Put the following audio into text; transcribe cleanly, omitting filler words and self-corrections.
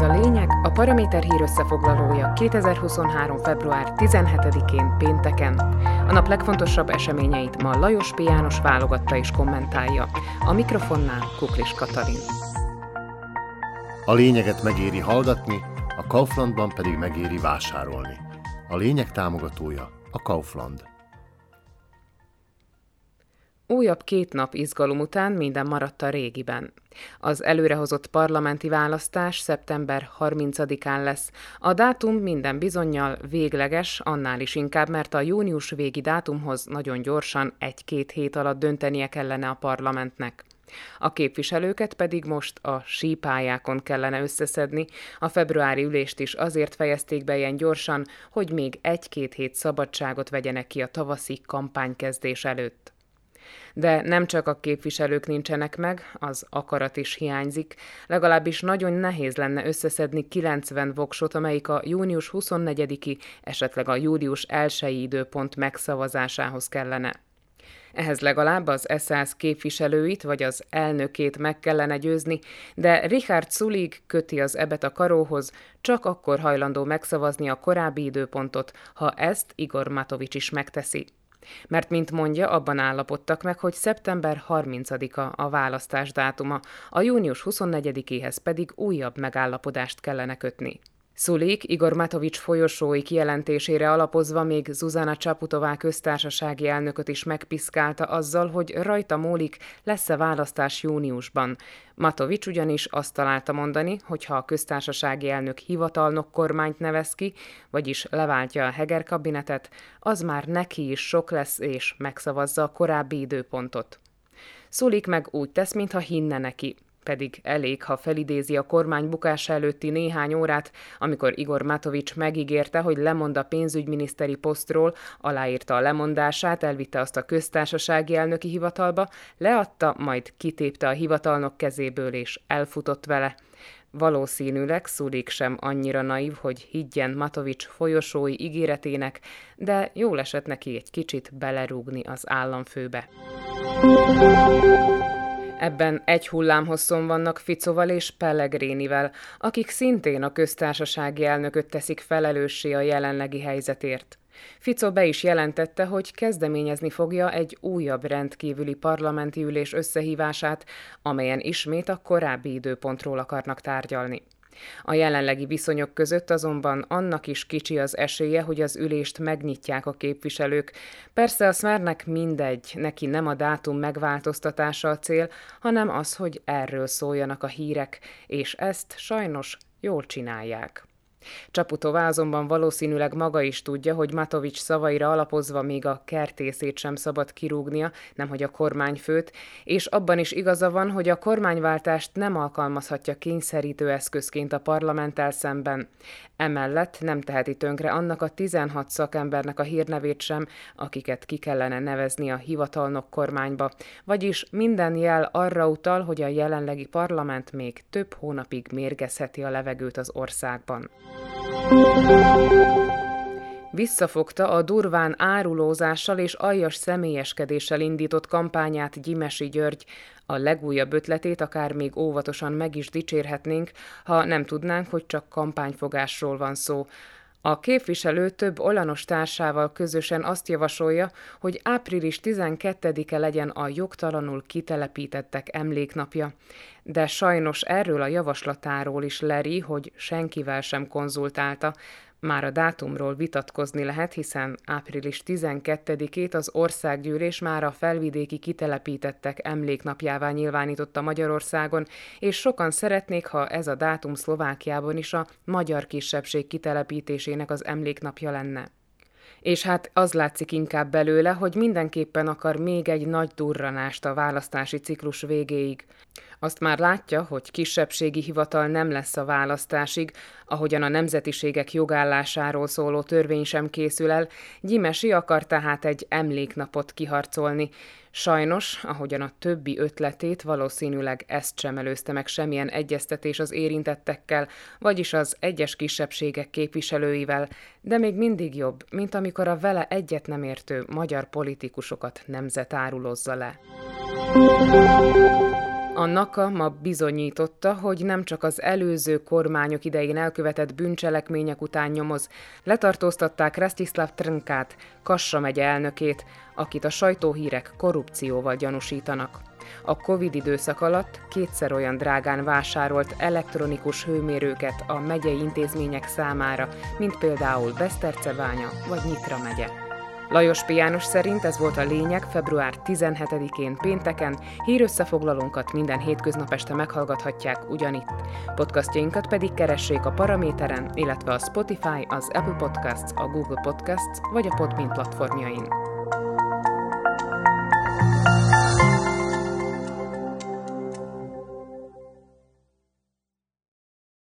a lényeg, a Paraméter hír összefoglalója 2023. február 17-én pénteken. A nap legfontosabb eseményeit ma Lajos P. János válogatta és kommentálja. A mikrofonnál Kuklis Katalin. A lényeget megéri hallgatni, a Kauflandban pedig megéri vásárolni. A lényeg támogatója a Kaufland. Újabb 2 nap izgalom után minden maradt a régiben. Az előrehozott parlamenti választás szeptember 30-án lesz. A dátum minden bizonnyal végleges, annál is inkább, mert a június végi dátumhoz nagyon gyorsan 1-2 hét alatt döntenie kellene a parlamentnek. A képviselőket pedig most a sípályákon kellene összeszedni, a februári ülést is azért fejezték be ilyen gyorsan, hogy még 1-2 hét szabadságot vegyenek ki a tavaszi kampánykezdés előtt. De nem csak a képviselők nincsenek meg, az akarat is hiányzik, legalábbis nagyon nehéz lenne összeszedni 90 voksot, amelyik a június 24-i, esetleg a július 1-i időpont megszavazásához kellene. Ehhez legalább az SZSZ képviselőit vagy az elnökét meg kellene győzni, de Richard Sulík köti az ebet a karóhoz, csak akkor hajlandó megszavazni a korábbi időpontot, ha ezt Igor Matovics is megteszi. Mert, mint mondja, abban állapodtak meg, hogy szeptember 30-a a választás dátuma, a június 24-éhez pedig újabb megállapodást kellene kötni. Sulík Igor Matovics folyosói kijelentésére alapozva még Zuzana Csaputová köztársasági elnököt is megpiszkálta azzal, hogy rajta múlik, lesz-e választás júniusban. Matovics ugyanis azt találta mondani, hogy ha a köztársasági elnök hivatalnok kormányt nevez ki, vagyis leváltja a Heger kabinetet, az már neki is sok lesz és megszavazza a korábbi időpontot. Sulík meg úgy tesz, mintha hinne neki. Pedig elég, ha felidézi a kormány bukása előtti néhány órát, amikor Igor Matovics megígérte, hogy lemond a pénzügyminiszteri posztról, aláírta a lemondását, elvitte azt a köztársasági elnöki hivatalba, leadta, majd kitépte a hivatalnok kezéből és elfutott vele. Valószínűleg Sulík sem annyira naív, hogy higgyen Matovics folyosói ígéretének, de jól esett neki egy kicsit belerúgni az államfőbe. Ebben egy hullámhosszon vannak Ficoval és Pellegrinivel, akik szintén a köztársasági elnököt teszik felelőssé a jelenlegi helyzetért. Fico be is jelentette, hogy kezdeményezni fogja egy újabb rendkívüli parlamenti ülés összehívását, amelyen ismét a korábbi időpontról akarnak tárgyalni. A jelenlegi viszonyok között azonban annak is kicsi az esélye, hogy az ülést megnyitják a képviselők. Persze a Smernek mindegy, neki nem a dátum megváltoztatása a cél, hanem az, hogy erről szóljanak a hírek, és ezt sajnos jól csinálják. Csaputová azonban valószínűleg maga is tudja, hogy Matovics szavaira alapozva még a kertészét sem szabad kirúgnia, nemhogy a kormányfőt, és abban is igaza van, hogy a kormányváltást nem alkalmazhatja kényszerítő eszközként a parlamenttel szemben. Emellett nem teheti tönkre annak a 16 szakembernek a hírnevét sem, akiket ki kellene nevezni a hivatalnok kormányba, vagyis minden jel arra utal, hogy a jelenlegi parlament még több hónapig mérgezheti a levegőt az országban. Visszafogta a durván árulózással és aljas személyeskedéssel indított kampányát Gyimesi György. A legújabb ötletét akár még óvatosan meg is dicsérhetnénk, ha nem tudnánk, hogy csak kampányfogásról van szó. A képviselő több olanos társával közösen azt javasolja, hogy április 12-e legyen a jogtalanul kitelepítettek emléknapja. De sajnos erről a javaslatáról is leri, hogy senkivel sem konzultálta. Már a dátumról vitatkozni lehet, hiszen április 12-ét az országgyűlés már a felvidéki kitelepítettek emléknapjává nyilvánította Magyarországon, és sokan szeretnék, ha ez a dátum Szlovákiában is a magyar kisebbség kitelepítésének az emléknapja lenne. És hát az látszik inkább belőle, hogy mindenképpen akar még egy nagy durranást a választási ciklus végéig. Azt már látja, hogy kisebbségi hivatal nem lesz a választásig, ahogyan a nemzetiségek jogállásáról szóló törvény sem készül el, Gyimesi akar tehát egy emléknapot kiharcolni. Sajnos, ahogyan a többi ötletét, valószínűleg ezt sem előzte meg semmilyen egyeztetés az érintettekkel, vagyis az egyes kisebbségek képviselőivel, de még mindig jobb, mint amikor a vele egyet nem értő magyar politikusokat nemzetárulozza le. A NAKA ma bizonyította, hogy nem csak az előző kormányok idején elkövetett bűncselekmények után nyomoz, letartóztatták Rostislav Trnkát, Kassa megye elnökét, akit a sajtóhírek korrupcióval gyanúsítanak. A Covid időszak alatt 2-szer olyan drágán vásárolt elektronikus hőmérőket a megyei intézmények számára, mint például Besztercebánya vagy Nyitra megye. Lajos P. János szerint ez volt a lényeg február 17-én pénteken, hírösszefoglalónkat minden hétköznap este meghallgathatják ugyanitt. Podcastjainkat pedig keressék a Paraméteren, illetve a Spotify, az Apple Podcasts, a Google Podcasts vagy a Podbean platformjain.